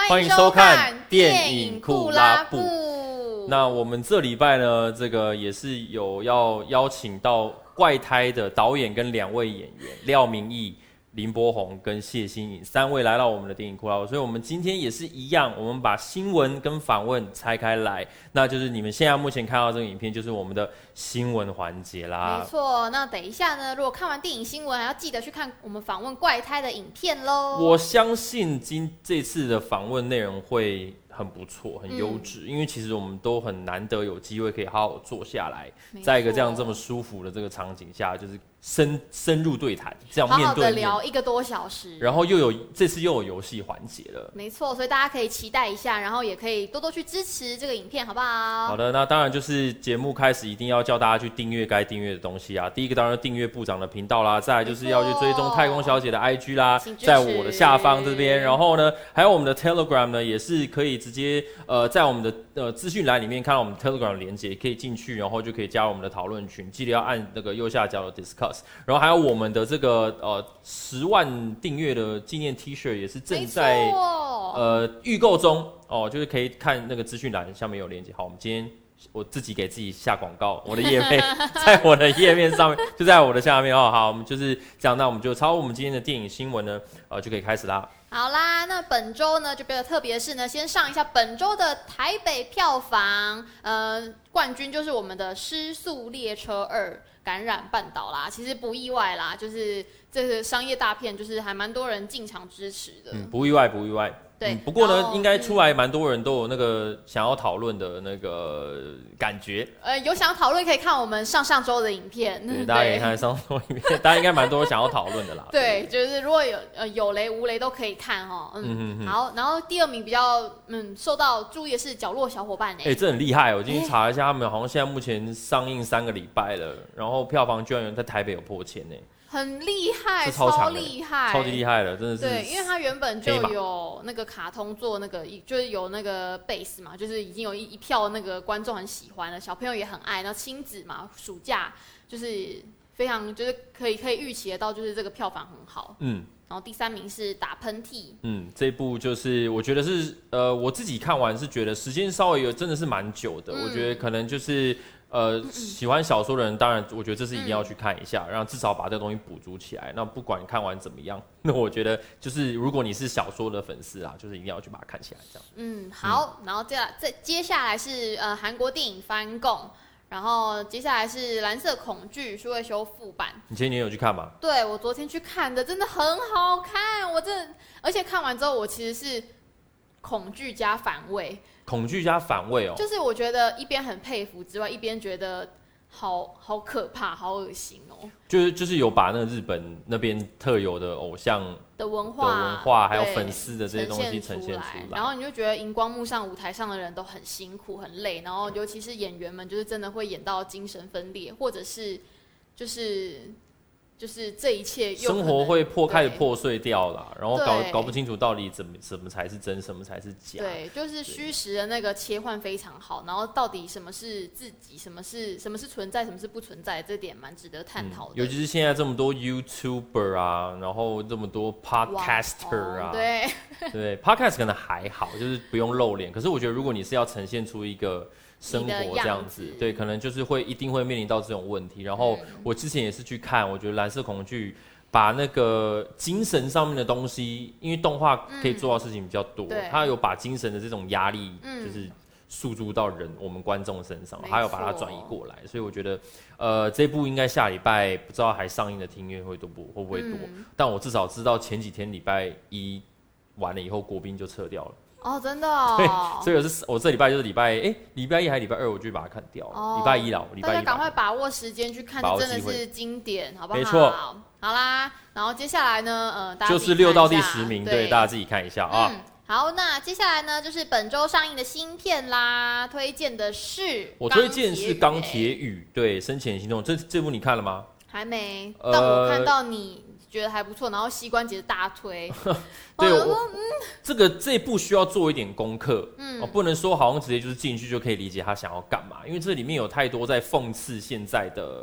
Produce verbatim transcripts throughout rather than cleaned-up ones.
欢迎收看电影库拉布。那我们这礼拜呢，这个也是有要邀请到怪胎的导演跟两位演员廖明义、林柏宏跟谢欣颖三位来到我们的电影库拉布，所以我们今天也是一样，我们把新闻跟访问拆开来，那就是你们现在目前看到这个影片，就是我们的新闻环节啦。 没错，那等一下呢，如果看完电影新闻，还要记得去看我们访问怪胎的影片咯。 我相信今这次的访问内容会很不错，很优质、嗯，因为其实我们都很难得有机会可以好好坐下来，在一个这样这么舒服的这个场景下，就是深深入对谈，这样面对面好好的聊一个多小时， 然后又有这次又有游戏环节了， 没错，所以大家可以期待一下，然后也可以多多去支持这个影片，好不好？ 好的，那当然就是节目开始一定要叫大家去订阅该订阅的东西啊。第一个当然订阅部长的频道啦，再来就是要去追踪太空小姐的 I G 啦，在我的下方这边，然后呢，还有我们的 Telegram 呢，也是可以直接呃在我们的呃资讯栏里面看到我们 Telegram 的连结，可以进去，然后就可以加入我们的讨论群，记得要按那个右下角的 Discuss， 然后还有我们的这个呃十万订阅的纪念 T 恤也是正在呃预购中哦，就是可以看那个资讯栏下面有连结。好，我们今天我自己给自己下广告，我的页面在我的页面上面，就在我的下面哦。好，我们就是这样，那我们就超我们今天的电影新闻呢，呃，就可以开始啦。 好啦，那本周呢就比较特别的是呢，先上一下本周的台北票房，呃，冠军就是我们的《失速列车二：感染半岛》啦，其实不意外啦，就是这个商业大片，就是还蛮多人进场支持的。 嗯，不意外，不意外。 对、 嗯，不过呢，应该出来蛮多人都有那个想要讨论的那个感觉。 呃，有想要讨论可以看我们上上周的影片， 对，大家可以看上周影片，大家应该蛮多想要讨论的啦。 对，就是如果有呃有雷无雷都可以看哈。嗯，嗯哼哼好，然后第二名比较嗯受到注意的是《角落小伙伴》哎、欸， 哎，这很厉害，我今天查了一下，他们好像现在目前上映三个礼拜了，然后票房居然有在台北有破千呢。 很厉害， 超超厉害， 超级厉害的，真的是。 对，因为它原本就有那个卡通做那个，就是有那个 base 嘛，就是已经有一一票那个观众很喜欢了，小朋友也很爱，然后亲子嘛，暑假就是非常就是可以可以预期得到，就是这个票房很好。嗯。然后第三名是打喷嚏， 嗯，这部就是我觉得是呃我自己看完是觉得时间稍微有真的是蛮久的、嗯，我觉得可能就是呃、嗯、喜欢小说的人，当然我觉得这是一定要去看一下，然后至少把这个东西补足起来。那不管看完怎么样，那我觉得就是如果你是小说的粉丝啊，就是一定要去把它看起来这样。 嗯，好，嗯、然后接下来这接下来是呃韩国电影翻供。然后接下来是《蓝色恐惧》数位修复版， 你前年有去看吗？ 对，我昨天去看的，真的很好看。我真的，而且看完之后，我其实是恐惧加反胃。 恐惧加反胃哦， 就是我觉得一边很佩服之外，一边觉得好好可怕，好恶心哦。 就是就是有把那个日本那边特有的偶像的文化、 的文化还有粉丝的这些东西呈现出来， 然后你就觉得荧光幕上、舞台上的人都很辛苦、很累，然后尤其是演员们，就是真的会演到精神分裂，或者是就是就是这一切又生活会破开始破碎掉了，然后搞搞不清楚到底怎么什么才是真，什么才是假。 对，就是虚实的那个切换非常好，然后到底什么是自己，什么是什么是存在，什么是不存在，这点蛮值得探讨的、嗯。 尤其是现在这么多 YouTuber 啊，然后这么多 Podcaster 啊， 对对 ，Podcast 可能还好，就是不用露脸。可是我觉得，如果你是要呈现出一个生活这样子，对，可能就是会一定会面临到这种问题。然后我之前也是去看，我觉得《蓝色恐惧》把那个精神上面的东西，因为动画可以做到的事情比较多，嗯、它有把精神的这种压力，就是诉诸到人、嗯、我们观众身上，还有把它转移过来。所以我觉得，呃，这部应该下礼拜不知道还上映的厅院会多不会不会多、嗯，但我至少知道前几天礼拜一完了以后，国宾就撤掉了。 哦，真的哦。 对，所以我是我这礼拜就是礼拜哎，礼拜一还是礼拜二，我就把它看掉了。哦、礼拜一啦，礼拜一。 大家赶快把握时间去看，真的是经典，好不好？ 没错。 好啦，然后接下来呢，呃，大家就是六到第十名，对，大家自己看一下啊。 嗯，好，那接下来呢，就是本周上映的新片啦，推荐的是我推荐是《钢铁雨》，对，深潜行动，这这部你看了吗？ 还没，呃、但我看到你觉得还不错，然后膝关节大推。 对，我、嗯、这个这一部需要做一点功课，嗯、哦，不能说好像直接就是进去就可以理解他想要干嘛，因为这里面有太多在讽刺现在的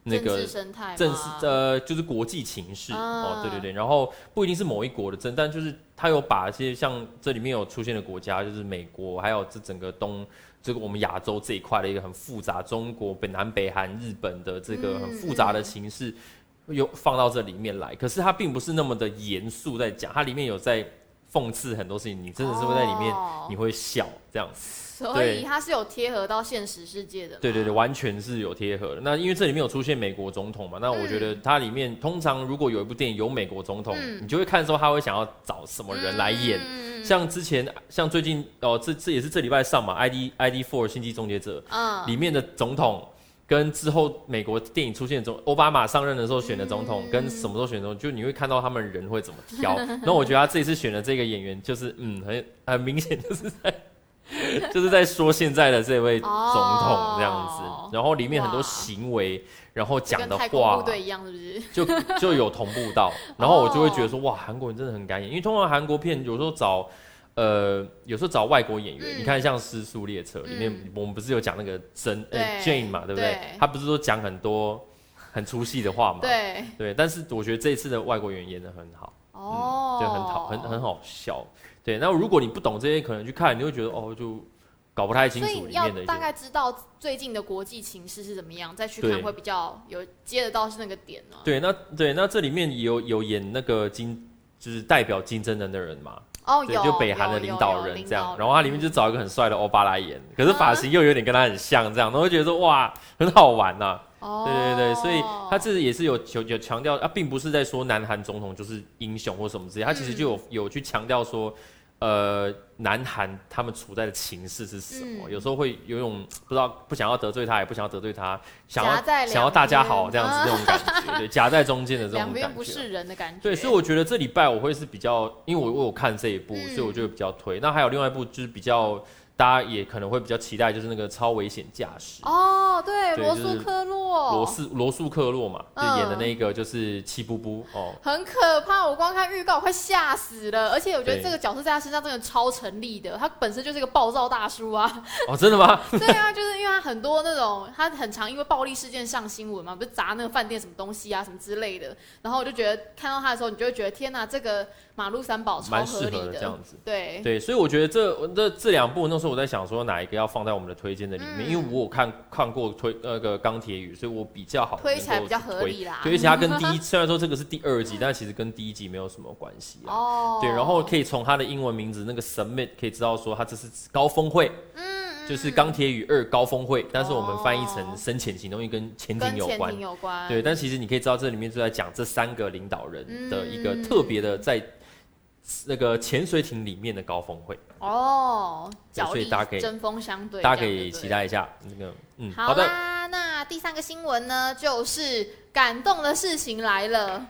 那个政治生态政治呃，就是国际情势、啊、哦，对对对，然后不一定是某一国的政，但就是他有把一些像这里面有出现的国家，就是美国，还有这整个东这个我们亚洲这一块的一个很复杂，中国、北南北韩、日本的这个很复杂的情势，有放到这里面来。可是它并不是那么的严肃在讲，它里面有在讽刺很多事情，你真的是会在里面、哦、你会笑这样子。 所以它是有贴合到现实世界的。 对对对，完全是有贴合的。那因为这里面有出现美国总统嘛，那我觉得它里面、嗯、通常如果有一部电影有美国总统、嗯，你就会看说他会想要找什么人来演。嗯、像之前，像最近哦，这这也是这礼拜上嘛 ，I D I D Four 星际终结者、嗯、里面的总统，跟之后美国电影出现的总奥巴马上任的时候选的总统，嗯、跟什么时候选的总统，就你会看到他们人会怎么挑。那我觉得他这一次选的这个演员，就是嗯，很很明显就是在。就是在说现在的这位总统这样子， oh, 然后里面很多行为，然后讲的话，跟太空部队一样，是不是？就就有同步到，然后我就会觉得说，哇，韩国人真的很敢演，因为通常韩国片有时候找，呃，有时候找外国演员，嗯、你看像《失速列车》里面、嗯，我们不是有讲那个真、欸、Jane 嘛，对不对？对，他不是说讲很多很粗细的话嘛？对对，但是我觉得这一次的外国演员演得很好，哦、嗯，就很好，很很好笑。对，那如果你不懂这些，可能去看，你会觉得哦，就搞不太清楚里面的一些。所以要大概知道最近的国际情势是怎么样，再去看会比较有接得到是那个点呢、啊。 对，那对那这里面有有演那个金，就是代表金正恩的人嘛。 哦， 有，就北韩的领导人这样，然后他里面就找一个很帅的欧巴来演，可是发型又有点跟他很像，这样，然后会觉得说哇，很好玩呐、啊。哦，对对对，所以他这也是有有有强调啊，并不是在说南韩总统就是英雄或什么之类，他其实就有、嗯、有去强调说。呃，南韩他们处在的情势是什么、嗯？有时候会有种不知道不想要得罪他，也不想要得罪他，想要想要大家好这样子这种感觉，对，夹在中间的这种感觉， 两边不是人的感觉。 对，所以我觉得这礼拜我会是比较，因为我我有看这一部、嗯，所以我就比较推。那还有另外一部就是比较。大家也可能会比较期待，就是那个超危险驾驶哦，对，罗素克洛， 罗素罗素克洛嘛，嗯、就演的那个就是气布布哦， 很可怕，我光看预告我快吓死了，而且我觉得这个角色在他身上真的超成立的，他本身就是一个暴躁大叔啊。 哦，真的吗？ 对啊，就是因为他很多那种，他很常因为暴力事件上新闻嘛，不是砸那个饭店什么东西啊什么之类的，然后我就觉得看到他的时候，你就会觉得天哪，这个马路三宝超合理 的, 的这样子，对对，所以我觉得这这这两部那时候我在想说哪一个要放在我们的推荐的里面，嗯、因为我有看看过推那个钢铁雨，所以我比较好推起来比较合理啦。 对，而且它跟第一虽然说这个是第二集，但其实跟第一集没有什么关系啊。哦，对，然后可以从它的英文名字那个 Summit 可以知道说它这是高峰会，嗯，就是钢铁雨二高峰会，但是我们翻译成深潜行动，因为跟潜艇有关，跟潜艇有关。对，但其实你可以知道这里面就在讲这三个领导人的一个特别的在。那个潜水艇里面的高峰会哦，所以大家可以针锋相对， 大家可以期待一下那个嗯， 好啦，好，那第三个新闻呢，就是感动的事情来了，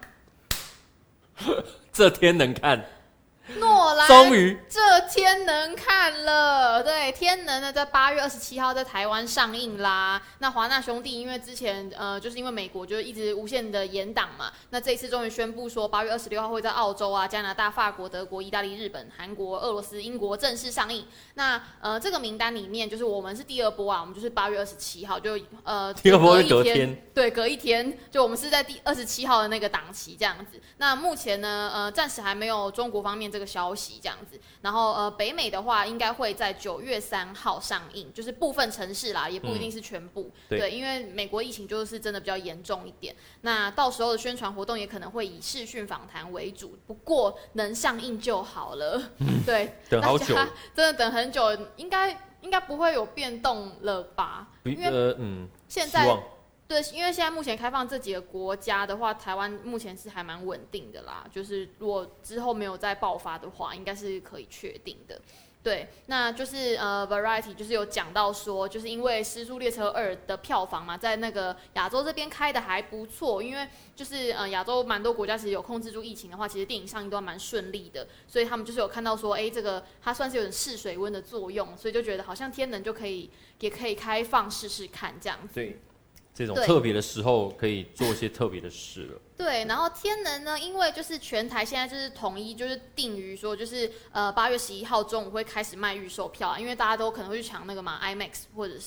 这天能看。 诺兰终于这天能看了，对，天能呢在八月二十七号在台湾上映啦。那华纳兄弟因为之前呃就是因为美国就一直无限的延档嘛，那这一次终于宣布说八月二十六号会在澳洲啊、加拿大、法国、德国、意大利、日本、韩国、俄罗斯、英国正式上映。那呃这个名单里面就是我们是第二波啊，我们就是八月二十七号就呃第二波隔天， 对，隔一天，就我们是在第二十七号的那个档期这样子。那目前呢呃暂时还没有中国方面这个消息这样子，然后呃北美的话应该会在九月三号上映，就是部分城市啦，也不一定是全部、嗯、对, 对，因为美国疫情就是真的比较严重一点，那到时候的宣传活动也可能会以视讯访谈为主，不过能上映就好了、嗯、对， 等好久， 真的等很久，应该应该不会有变动了吧，因为呃嗯现在对，因为现在目前开放这几个国家的话，台湾目前是还蛮稳定的啦。就是如果之后没有再爆发的话，应该是可以确定的。对，那就是呃 ，Variety 就是有讲到说，就是因为《失速列车二》的票房嘛，在那个亚洲这边开的还不错，因为就是呃亚洲蛮多国家其实有控制住疫情的话，其实电影上映都蛮顺利的，所以他们就是有看到说，哎，这个它算是有点试水温的作用，所以就觉得好像天能就可以也可以开放试试看这样子。 对。这种特别的时候可以做一些特别的事了。 对，然后天能呢，因为就是全台现在就是统一就是定于说，就是呃八月十一号中午会开始卖预售票啊，因为大家都可能会去抢那个嘛 IMAX 或者是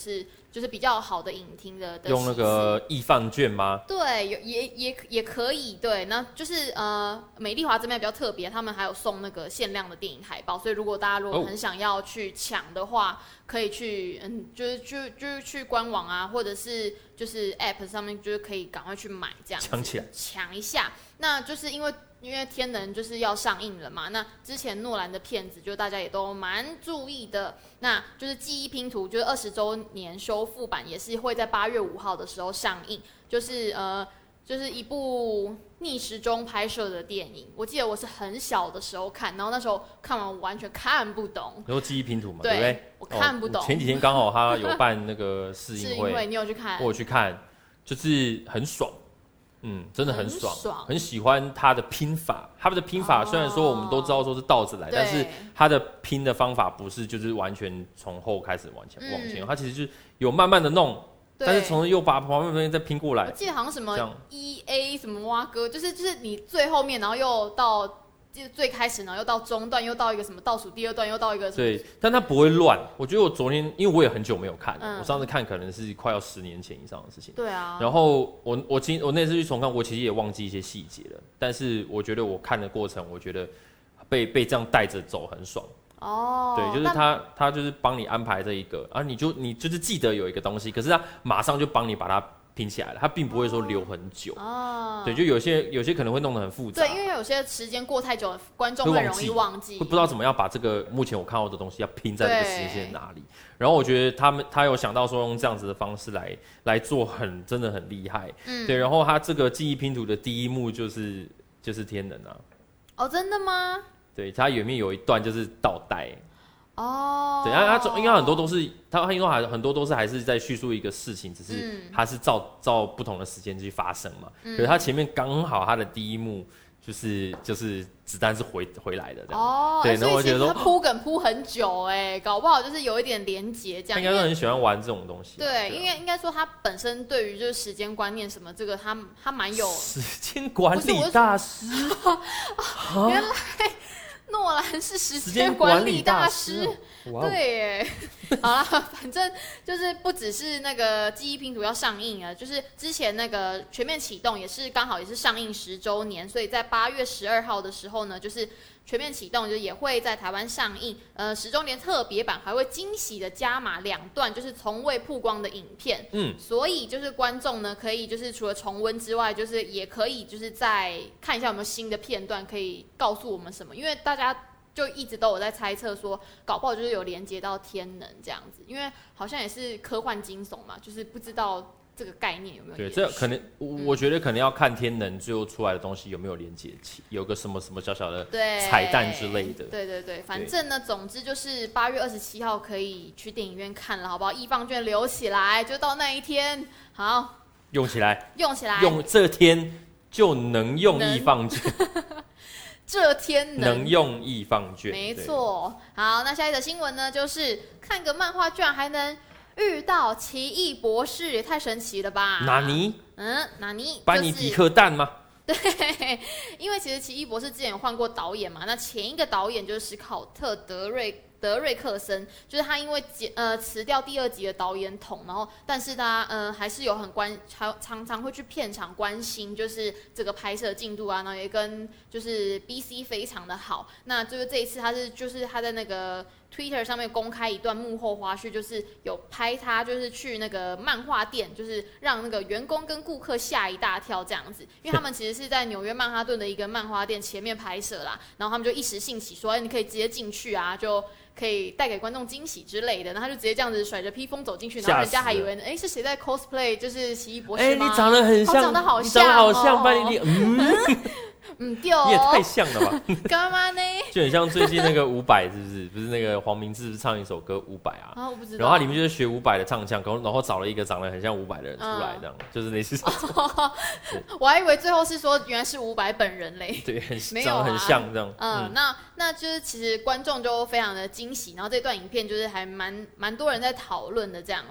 就是比较好的影厅的的用那个易放券吗？ 对，有也也也可以，对，那就是呃，美丽华这边比较特别，他们还有送那个限量的电影海报，所以如果大家如果很想要去抢的话，哦、可以去嗯，就是就就是去官网啊，或者是就是 App 上面，就是可以赶快去买这样子， 抢起来， 抢一下。那就是因为。因为天能就是要上映了嘛，那之前诺兰的片子就大家也都蛮注意的，那就是记忆拼图，就是二十周年修复版也是会在八月五号的时候上映，就是呃，就是一部逆时钟拍摄的电影。我记得我是很小的时候看，然后那时候看完我完全看不懂。 然后记忆拼图嘛， 对, 对不对？ 我看不懂。 哦、前几天刚好他有办那个试映会， 会你有去看？ 我有去看，就是很爽。嗯，真的很爽， 很爽， 很喜欢他的拼法。他的拼法虽然说我们都知道说是倒着来， 哦、 但是他的拼的方法不是就是完全从后开始往前、嗯、往前，他其实就是有慢慢的弄，但是从又把旁边的再拼过来。 我记得好像什么 E A 什么蛙哥，就是就是你最后面，然后又到。就是最开始呢，又到中段，又到一个什么倒数第二段，又到一个什么对，但它不会乱。我觉得我昨天，因为我也很久没有看了， 嗯、 我上次看可能是快要十年前以上的事情。 对啊。 然后我我今我那次去重看，我其实也忘记一些细节了，但是我觉得我看的过程，我觉得被被这样带着走很爽。 哦。 对，就是他他就是帮你安排这一个啊，你就你就是记得有一个东西，可是他马上就帮你把它。拼起来了，它并不会说留很久。哦，对，就有些有些可能会弄得很复杂。 对，因为有些时间过太久，观众会容易忘记， 会不知道怎么样把这个目前我看到的东西要拼在这个时间线哪里。然后我觉得他们他有想到说用这样子的方式来来做很，真的很厉害。嗯，对。然后他这个记忆拼图的第一幕就是就是天能啊。 哦，真的吗？ 对，他里面有一段就是倒带。 哦， 对，他他应该很多都是他他应该还很多都是还是在叙述一个事情，只是他是照照不同的时间去发生嘛。嗯、可是他前面刚好他的第一幕就是就是子弹是回回来的这样。 哦， 对，然后我觉得说他铺梗铺很久哎，搞不好就是有一点连结这样。 他应该都很喜欢玩这种东西。 对，因为应该说他本身对于就是时间观念什么这个他他蛮有时间管理大师。 原来。诺兰是时间管理大师， 大师对耶。好啦，反正就是不只是那个记忆拼图要上映了，就是之前那个全面启动也是刚好也是上映十周年，所以在八月十二号的时候呢，就是全面启动就也会在台湾上映，呃，十周年特别版还会惊喜的加码两段，就是从未曝光的影片，嗯，所以就是观众呢可以就是除了重温之外，就是也可以就是再看一下有没有新的片段可以告诉我们什么，因为大家就一直都有在猜测说，搞不好就是有连接到天能这样子，因为好像也是科幻惊悚嘛，就是不知道这个概念有没有？ 对，这可能我、嗯、我觉得可能要看天能最后出来的东西有没有连接起，有个什么什么小小的彩蛋之类的。 对对对，反正呢，总之就是八月二十七号可以去电影院看了，好不好？易放券留起来，就到那一天，好用起来， 用起来， 用这天就能用易放券。 这天 能, 能用易放券， 没错。好，那下一则新闻呢，就是看个漫画居然还能遇到奇异博士，也太神奇了吧？ 哪尼？ 嗯，哪尼？ 班尼迪克蛋吗？ 对，因为其实奇异博士之前有换过导演嘛，那前一个导演就是史考特·德瑞。德瑞克森就是他，因为呃辞掉第二集的导演筒，然后但是他呃还是有很关，常常会去片场关心，就是这个拍摄进度啊，然后也跟就是 B C 非常的好。那就是这一次他是就是他在那个 Twitter 上面公开一段幕后花絮，就是有拍他就是去那个漫画店，就是让那个员工跟顾客吓一大跳这样子，因为他们其实是在纽约曼哈顿的一个漫画店前面拍摄啦，然后他们就一时兴起说，哎，你可以直接进去啊，就。可以带给观众惊喜之类的，然后他就直接这样子甩着披风走进去，然后人家还以为哎是谁在 cosplay， 就是奇异博士吗？ 哎，你长得很像， 长得好像、哦， 你长得好像班尼迪，嗯。 嗯，对哦， 你也太像了吧？ 干嘛呢？ 就很像最近那个伍佰，是不是？不是那个黄明志唱一首歌伍佰啊？ 啊，我不知道。 然后他里面就是学伍佰的唱腔，然后找了一个长得很像伍佰的人出来，这样、嗯、就是类似这种。 我还以为最后是说原来是伍佰本人嘞。 对，很没有、啊、 长得很像这样。 嗯，嗯那那就是其实观众就非常的惊喜，然后这段影片就是还蛮蛮多人在讨论的这样子。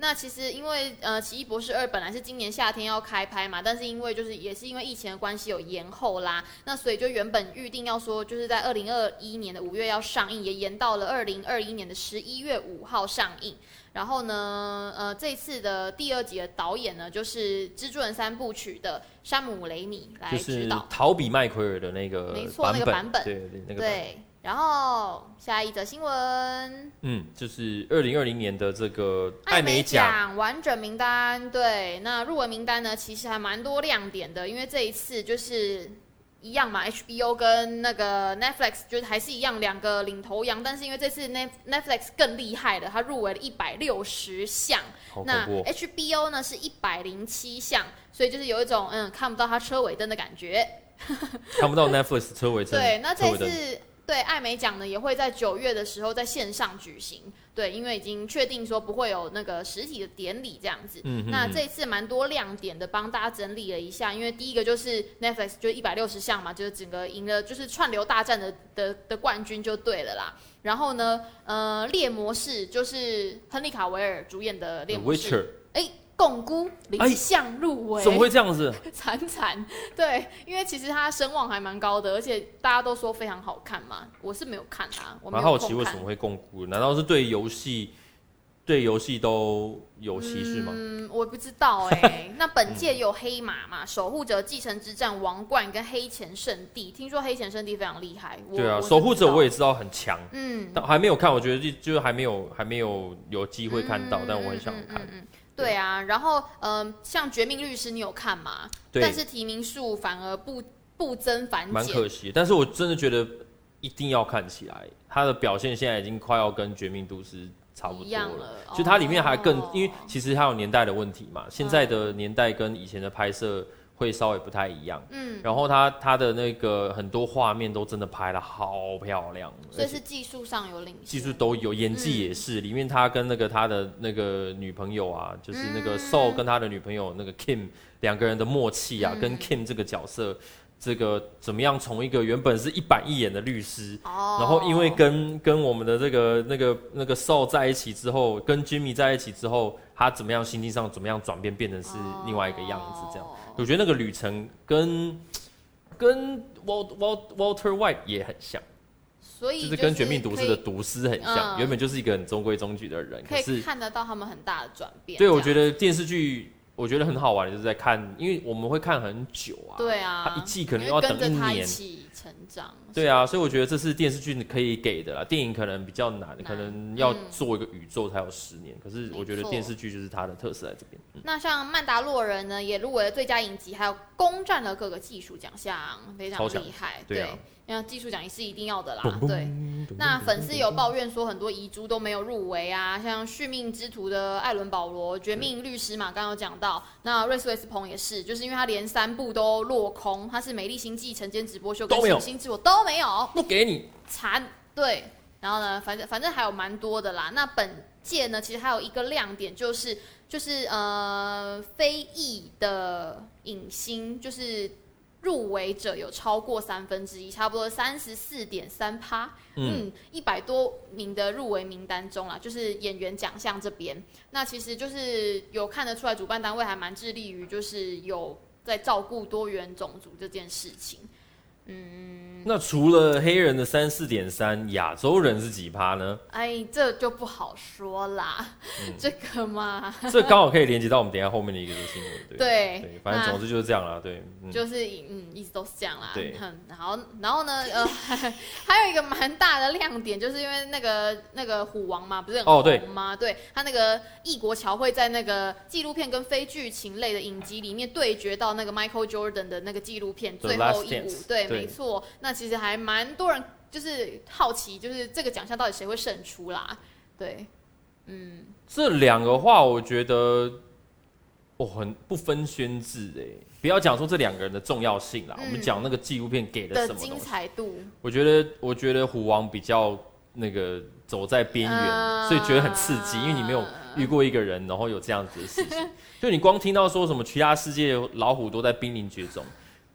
那其实因为呃《奇异博士二》本来是今年夏天要开拍嘛，但是因为就是也是因为疫情的关系有延后啦，那所以就原本预定要说就是在二零二一年的五月要上映，也延到了二零二一年的十一月五号上映。然后呢，呃，这次的第二集的导演呢，就是《蜘蛛人三部曲》的山姆·雷米来指导， 就是陶比麦奎尔的那个版本， 没错，那个版本， 对对，那个版本对。然后下一则新闻， 嗯，就是二零二零年的这个艾美奖完整名单，对，那入围名单呢，其实还蛮多亮点的，因为这一次就是一样嘛 ，H B O 跟那个 Netflix 就是还是一样两个领头羊，但是因为这次 Netflix 更厉害了，它入围了一百六十项，那 H B O 呢是一百零七项，所以就是有一种嗯看不到它车尾灯的感觉， 看不到 Netflix 车尾灯。 对，那这次。对，艾美奖呢也会在九月的时候在线上举行。对，因为已经确定说不会有那个实体的典礼这样子。嗯、那这一次蛮多亮点的，帮大家整理了一下。因为第一个就是 Netflix 就一百六十项嘛，就是整个赢了就是串流大战的的的冠军就对了啦。然后呢，呃，猎魔士就是亨利卡维尔主演的猎魔士。哎。共估零项入围、欸， 怎么会这样子？ 惨惨，对，因为其实他声望还蛮高的，而且大家都说非常好看嘛。我是没有看啊，我蛮好奇为什么会共估？难道是对游戏对游戏都有歧视吗？ 嗯，我不知道哎、欸。那本届有黑马嘛，守护者、继承之战、王冠跟黑钱圣地。听说黑钱圣地非常厉害。 对啊，守护者我也知道很强，嗯，但还没有看，我觉得就是还没有还没有有机会看到，嗯、但我很想看。嗯嗯嗯对啊，然后嗯、呃，像《绝命律师》你有看吗？但是提名数反而不不增反减， 蛮可惜。但是我真的觉得一定要看起来，他的表现现在已经快要跟《绝命毒师》差不多了，了就它里面还更，哦、因为其实它有年代的问题嘛，现在的年代跟以前的拍摄会稍微不太一样，嗯，然后它它的那个很多画面都真的拍得好漂亮， 所以是技术上有领先， 技术都有，演技也是，嗯、里面他跟那个他的那个女朋友啊，就是那个 Soul 跟他的女朋友那个 Kim 两个人的默契啊，嗯、跟 Kim 这个角色。这个怎么样从一个原本是一板一眼的律师，哦、然后因为跟跟我们的这个那个那个 Soul 在一起之后，跟 Jimmy 在一起之后，他怎么样心境上怎么样转变，变成是另外一个样子，这样。哦、我觉得那个旅程跟跟 Walter White 也很像， 所以就是跟《绝命毒师》的毒师很像，嗯、原本就是一个很中规中矩的人， 可以看得到他们很大的转变。 对，我觉得电视剧。我觉得很好玩的就是在看，因为我们会看很久啊， 对啊， 他一季可能要等一年， 他一起成长， 对啊，所以我觉得这是电视剧可以给的啦，电影可能比较难，难可能要做一个宇宙才有十年，嗯、可是我觉得电视剧就是它的特色在这边。 嗯、那像《曼达洛人》呢，也入围了最佳影集，还有攻占了各个技术奖项，非常厉害，对。对啊，那技术奖也是一定要的啦，蹦蹦对。那粉丝有抱怨说很多遗珠都没有入围啊，像《续命之徒》的艾伦保罗、《绝命律师》嘛，刚刚有讲到。那瑞斯韦斯彭也是，就是因为他连三部都落空，他是《美丽星际》晨间直播秀跟《行星之我》都没有， 不给你惨对。然后呢，反正反正还有蛮多的啦。那本届呢，其实还有一个亮点就是就是呃非裔的影星就是。入围者有超过三分之一，差不多三十四点三趴，嗯，一百多名的入围名单中啦，就是演员奖项这边，那其实就是有看得出来，主办单位还蛮致力于就是有在照顾多元种族这件事情。嗯， 那除了黑人的三四点三，亚洲人是几趴呢？ 哎，这就不好说啦，嗯、这个嘛， 这刚好可以连接到我们等一下后面的一个新闻，对对, 对，反正总之就是这样啦，对， 嗯、就是嗯，一直都是这样啦，对，然后然后呢，呃，还有一个蛮大的亮点，就是因为那个那个虎王嘛，不是很红吗？哦、对, 对他那个异国侨会在那个纪录片跟非剧情类的影集里面对决到那个 Michael Jordan 的那个纪录片最后一舞，对。对没错，那其实还蛮多人就是好奇，就是这个奖项到底谁会胜出啦？对，嗯， 这两个话我觉得，哦，很不分轩轾哎。不要讲说这两个人的重要性啦，嗯、我们讲那个纪录片给了什么精彩度。 我觉得，我觉得虎王比较那个走在边缘，呃、所以觉得很刺激，因为你没有遇过一个人，然后有这样子的事情。就你光听到说什么其他世界老虎都在濒临绝种。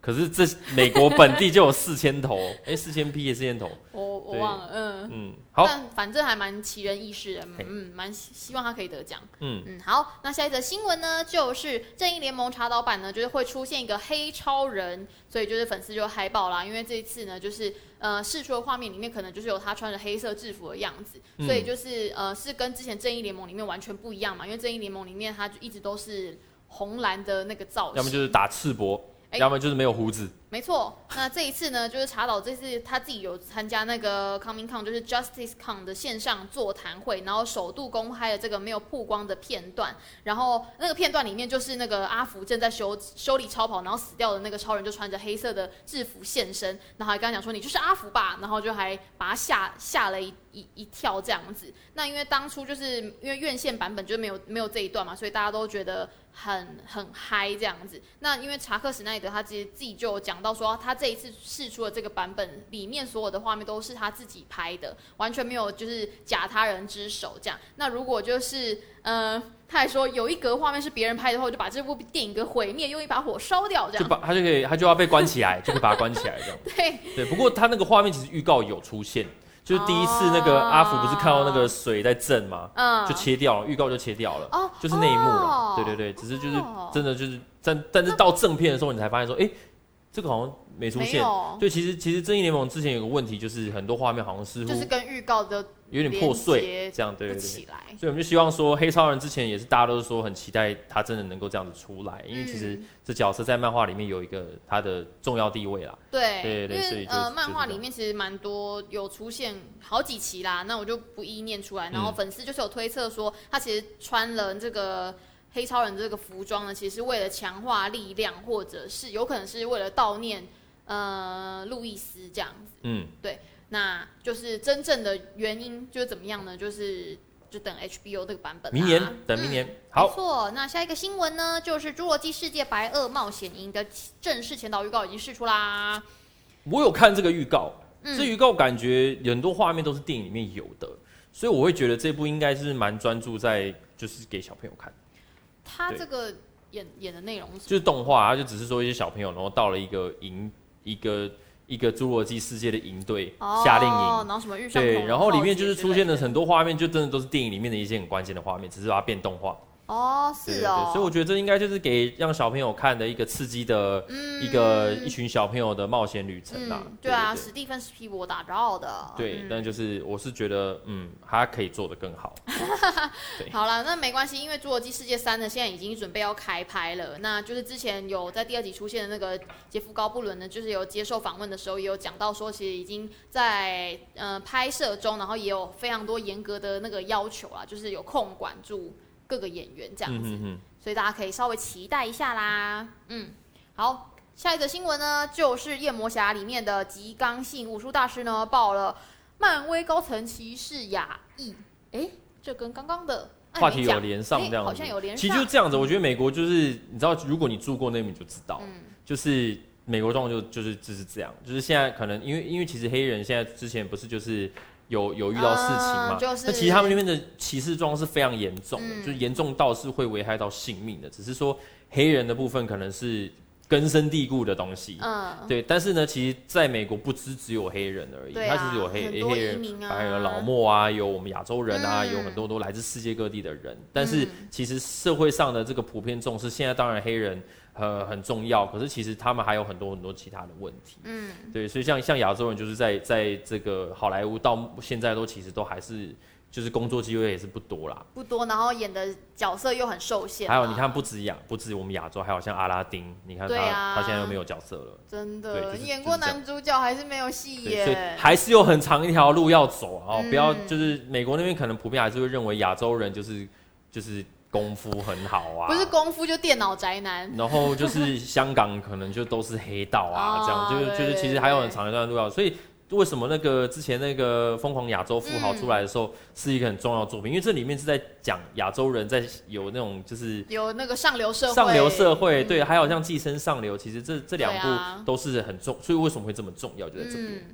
可是这美国本地就有四千头，哎、欸，四千匹也四千头， 我我忘了，嗯嗯，好， 但反正还蛮奇人异事的，嗯，蛮希望他可以得奖， 嗯嗯，好，那下一则新闻呢，就是正义联盟查导版呢，就是会出现一个黑超人，所以就是粉丝就嗨爆啦，因为这一次呢，就是呃释出的画面里面可能就是有他穿着黑色制服的样子，所以就是呃是跟之前正义联盟里面完全不一样嘛，因为正义联盟里面他就一直都是红蓝的那个造型， 要么就是打赤膊。欸、要么就是没有胡子， 没错。那这一次呢，就是查导这次他自己有参加那个 Comic Con， 就是 Justice Con 的线上座谈会，然后首度公开了这个没有曝光的片段。然后那个片段里面就是那个阿福正在修修理超跑，然后死掉的那个超人就穿着黑色的制服现身，然后还跟他讲说你就是阿福吧，然后就还把他吓吓了一一一跳这样子。那因为当初就是因为院线版本就没有没有这一段嘛，所以大家都觉得很很嗨这样子。那因为查克·史奈德他其实自己就有讲到说，他这一次释出的这个版本里面所有的画面都是他自己拍的，完全没有就是假他人之手这样。那如果就是呃，他还说有一格画面是别人拍的话，就把这部电影给毁灭，用一把火烧掉这样。 就把他就可以，他就要被关起来，就可以把他关起来这样。 对对，不过他那个画面其实预告有出现。就是第一次那个阿福不是看到那个水在震吗？嗯，就切掉了，预告就切掉了，哦，就是那一幕了。哦、对对对，只是就是真的就是，但但是到正片的时候，你才发现说，哎、欸，这个好像没出现。对，其实其实正义联盟之前有个问题，就是很多画面好像似乎就是跟预告的有点破碎，这样对对对。 起来， 所以我们就希望说，黑超人之前也是大家都是说很期待他真的能够这样子出来，因为其实这角色在漫画里面有一个他的重要地位啦。 对对对，所以呃，漫画里面其实蛮多有出现好几期啦，那我就不一一念出来。然后粉丝就是有推测说，他其实穿了这个黑超人这个服装呢，其实是为了强化力量，或者是有可能是为了悼念呃路易斯这样子。嗯，对。那就是真正的原因就是怎么样呢？就是就等 H B O 这个版本， 明年等明年。嗯、好， 没错。那下一个新闻呢，就是《侏罗纪世界：白垩冒险营》的正式前导预告已经释出啦。 我有看这个预告，嗯、这预告感觉很多画面都是电影里面有的，所以我会觉得这部应该是蛮专注在就是给小朋友看。 他这个演演的内容是就是动画，他就只是说一些小朋友，然后到了一个营一个。一个侏罗纪世界的营队、哦、夏令营， 然后什么遇上对，然后里面就是出现了很多画面，就真的都是电影里面的一些很关键的画面，只是把它变动画。 哦，是哦， 所以我觉得这应该就是给让小朋友看的一个刺激的、嗯、一个一群小朋友的冒险旅程啦、 嗯。对啊，史蒂芬·史皮伯打造的。 对，嗯、但就是我是觉得，嗯，他可以做得更好。 好了，那没关系，因为《侏罗纪世界三》呢，现在已经准备要开拍了。那就是之前有在第二集出现的那个杰夫·高布伦呢，就是有接受访问的时候，也有讲到说，其实已经在呃拍摄中，然后也有非常多严格的那个要求啊，就是有控管住各个演员这样子，嗯、哼哼所以大家可以稍微期待一下啦。嗯，好，下一则新闻呢，就是《夜魔侠》里面的吉冈信武术大师呢爆了漫威高层骑士亚裔，哎，这跟刚刚的话题有连上，这样子， 好像有连上。 其实就是这样子，我觉得美国就是你知道，如果你住过那边，你就知道，嗯、就是美国状况就就是就是这样，就是现在可能因为因为其实黑人现在之前不是就是。有有遇到事情嘛？ 嗯、就是、 那其实他们那边的歧视状况是非常严重的，嗯、就是严重到是会危害到性命的。只是说黑人的部分可能是根深蒂固的东西，嗯，对。但是呢，其实在美国不只只有黑人而已， 啊、 它是有黑黑人，还有老墨啊，有我们亚洲人啊，嗯、有很多都来自世界各地的人。但是其实社会上的这个普遍重视，现在当然黑人。呃，很重要，可是其实他们还有很多很多其他的问题，嗯，对，所以像像亚洲人，就是在在这个好莱坞到现在都其实都还是就是工作机会也是不多啦， 不多，然后演的角色又很受限。 还有你看，不止亚，不止我们亚洲，还有像阿拉丁，你看他、啊、他现在又没有角色了， 真的，对就是、演过男主角还是没有戏耶， 所以还是有很长一条路要走啊、嗯！不要就是美国那边可能普遍还是会认为亚洲人就是就是。功夫很好啊， 不是功夫就电脑宅男， 然后就是香港可能就都是黑道啊，这样就是就是其实还有很长一段路要，所以为什么那个之前那个疯狂亚洲富豪出来的时候、嗯、是一个很重要的作品，因为这里面是在讲亚洲人在有那种就是有那个上流社会， 上流社会、嗯、对，还有像寄生上流，其实这这两部都是很重，所以为什么会这么重要就在这边、嗯、这样。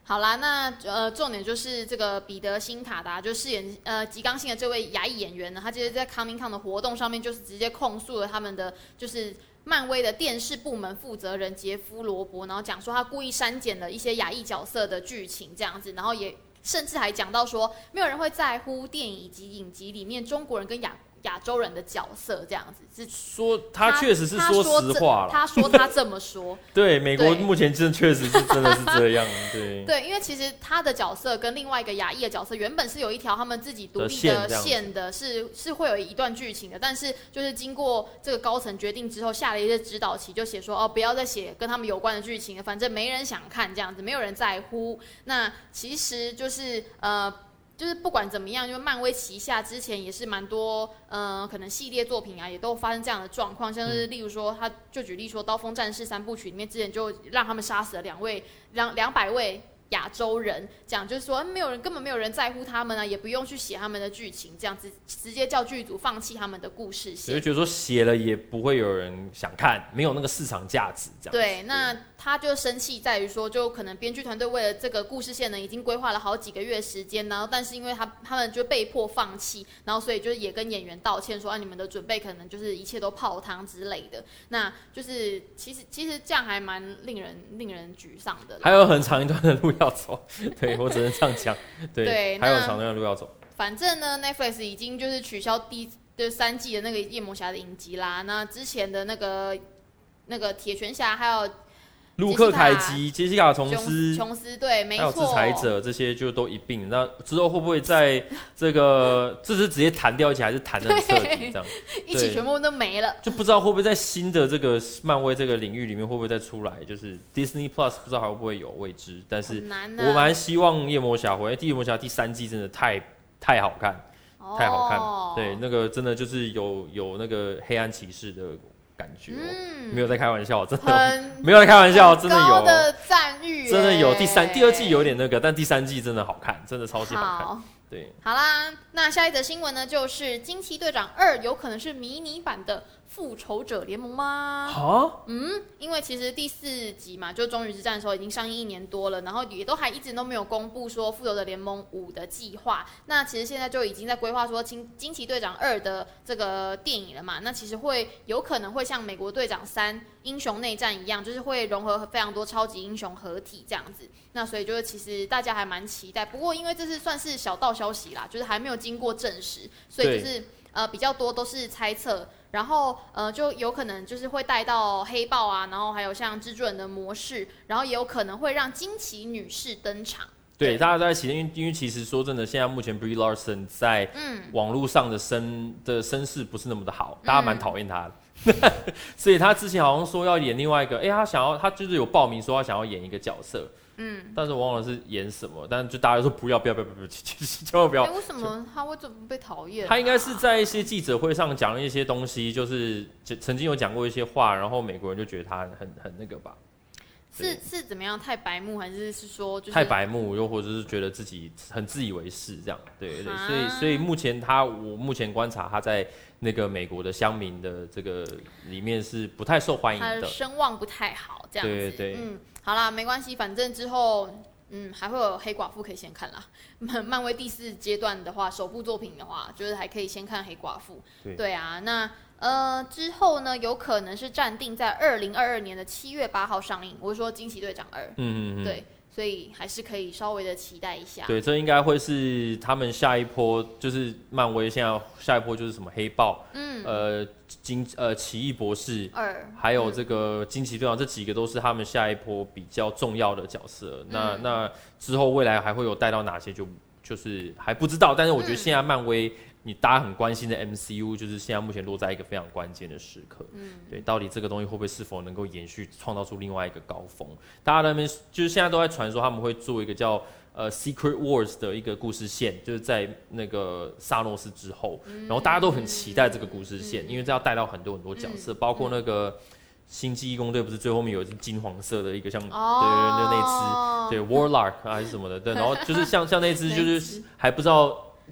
好啦，那呃，重点就是这个彼得·辛卡达就饰演呃吉冈信的这位亚裔演员呢，他其实在 Comic Con 的活动上面就是直接控诉了他们的就是漫威的电视部门负责人杰夫·罗伯，然后讲说他故意删减了一些亚裔角色的剧情这样子，然后也甚至还讲到说没有人会在乎电影以及影集里面中国人跟亚亚洲人的角色这样子，是说他确实是说实话了。 他说他这么说， 对，美国目前真确实是真的是这样，对对，因为其实他的角色跟另外一个亚裔的角色原本是有一条他们自己独立的线的，是是会有一段剧情的，但是就是经过这个高层决定之后，下了一些指导棋，就写说哦，不要再写跟他们有关的剧情了，反正没人想看这样子，没有人在乎。那其实就是呃。就是不管怎么样，就漫威旗下之前也是蛮多，呃，可能系列作品啊，也都发生这样的状况，像是例如说，他就举例说，《刀锋战士》三部曲里面之前就让他们杀死了两位两两百位亚洲人，讲就是说，没有人根本没有人在乎他们啊，也不用去写他们的剧情，这样子直接叫剧组放弃他们的故事线。 就觉得说写了也不会有人想看，没有那个市场价值，这样。 对，那他就生气在于说，就可能编剧团队为了这个故事线呢，已经规划了好几个月时间，然后但是因为他他们就被迫放弃，然后所以就是也跟演员道歉说，啊，你们的准备可能就是一切都泡汤之类的。那就是其实其实这样还蛮令人令人沮丧的。 还有很长一段的路要走，对我只能这样讲。对，对还有很长一段的路要走。 反正呢 ，Netflix 已经就是取消第就三季的那个夜魔侠的影集啦。那之前的那个那个铁拳侠还有。 卢克凯奇、杰西卡琼斯、 琼斯对，没错， 还有制裁者这些就都一并。那之后会不会在这个这是直接弹掉一起，还是弹得很彻底这样？ 一起全部都没了， 就不知道会不会在新的这个漫威这个领域里面会不会再出来？就是 Disney Plus 不知道还会不会有未知，但是我蛮希望夜魔侠回来。夜魔侠第三季真的太太好看，太好看了。哦、对，那个真的就是有有那个黑暗骑士的。感觉、嗯、没有在开玩笑，真的没有在开玩笑，真的有高的赞誉， 真的有。第三、第二季有点那个，但第三季真的好看，真的超级好看。好对， 好啦，那下一则新闻呢，就是《惊奇队长二》有可能是迷你版的复仇者联盟吗？ 啊， 嗯，因为其实第四集嘛，就终局之战的时候已经上映一年多了，然后也都还一直都没有公布说复仇者联盟五的计划。那其实现在就已经在规划说惊惊奇队长二的这个电影了嘛。那其实会有可能会像美国队长三英雄内战一样，就是会融合非常多超级英雄合体这样子。那所以就是其实大家还蛮期待，不过因为这是算是小道消息啦，就是还没有经过证实，所以就是呃比较多都是猜测。然后呃就有可能就是会带到黑豹啊，然后还有像蜘蛛人的模式，然后也有可能会让惊奇女士登场。 对，大家都在期待，因为因为其实说真的，现在目前 Brie Larson 在网络上的声的声势不是那么的好，大家蛮讨厌他的，所以他之前好像说要演另外一个，哎，他想要他就是有报名说他想要演一个角色。嗯，但是我忘了是演什么，但就大家都说不要不要不要不要，千万不要。 哎，为什么他会这么被讨厌、啊？ 他应该是在一些记者会上讲了一些东西，就是曾经有讲过一些话，然后美国人就觉得他很很那个吧。 是是怎么样？太白目，还是是说就是太白目，又或者是觉得自己很自以为是这样？对对，所以所以目前他，我目前观察他在那个美国的乡民的这个里面是不太受欢迎的， 他的声望不太好，这样子。 对对， 嗯。好啦，没关系，反正之后，嗯，还会有黑寡妇可以先看啦。漫威第四阶段的话，首部作品的话，就是还可以先看黑寡妇。对, 对啊，那呃之后呢，有可能是暂定在二零二二年的七月八号上映。我是说《惊奇队长二》，嗯嗯嗯，对，所以还是可以稍微的期待一下。 对，这应该会是他们下一波，就是漫威现在下一波就是什么黑豹，嗯，呃。惊呃奇异博士二，还有这个惊奇队长，这几个都是他们下一波比较重要的角色。嗯、那那之后未来还会有带到哪些就就是还不知道。但是我觉得现在漫威，嗯、你大家很关心的 M C U， 就是现在目前落在一个非常关键的时刻。嗯，对，到底这个东西会不会是否能够延续，创造出另外一个高峰？大家那边就是现在都在传说他们会做一个叫。呃 ，Secret Wars 的一个故事线，就是在那个萨诺斯之后，嗯、然后大家都很期待这个故事线，嗯、因为这要带到很多很多角色，嗯、包括那个星际义工队，不是最后面有一只金黄色的一个像，哦、对对对，那只对 Warlock 啊还是什么的，对，然后就是像像那只就是还不知道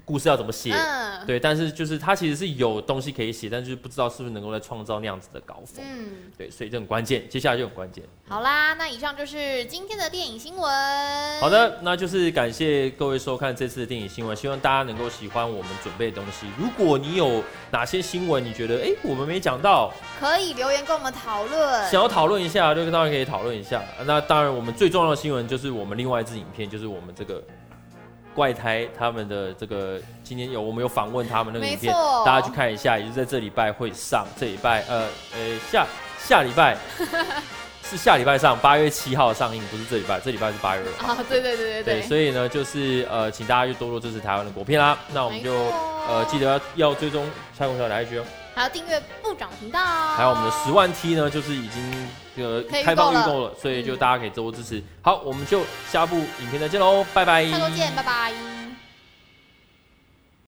故事要怎么写， 嗯， 对，但是就是他其实是有东西可以写，但是不知道是不是能够再创造那样子的高峰，嗯，对，所以这很关键，接下来就很关键。 好啦，那以上就是今天的电影新闻。 好的，那就是感谢各位收看这次的电影新闻，希望大家能够喜欢我们准备的东西。如果你有哪些新闻你觉得哎、欸、我们没讲到， 可以留言跟我们讨论， 想要讨论一下就当然可以讨论一下。那当然我们最重要的新闻就是我们另外一支影片，就是我们这个怪胎他们的这个今天有我们有访问他们那个影片，大家去看一下，也就是在这礼拜会上，这礼拜呃呃下下礼拜是下礼拜上，八月七号上映，不是这礼拜，这礼拜是八月二号。 啊，对对对对对。 对，所以呢，就是呃，请大家就多多支持台湾的国片啦。那我们就呃记得要要追踪蔡公小的 I G 哦， 还要订阅部长频道， 还有我们的十万 T 呢，就是已经呃开放预购了，所以就大家可以多多支持。好，我们就下部影片再见喽，拜拜。 下周见，拜拜。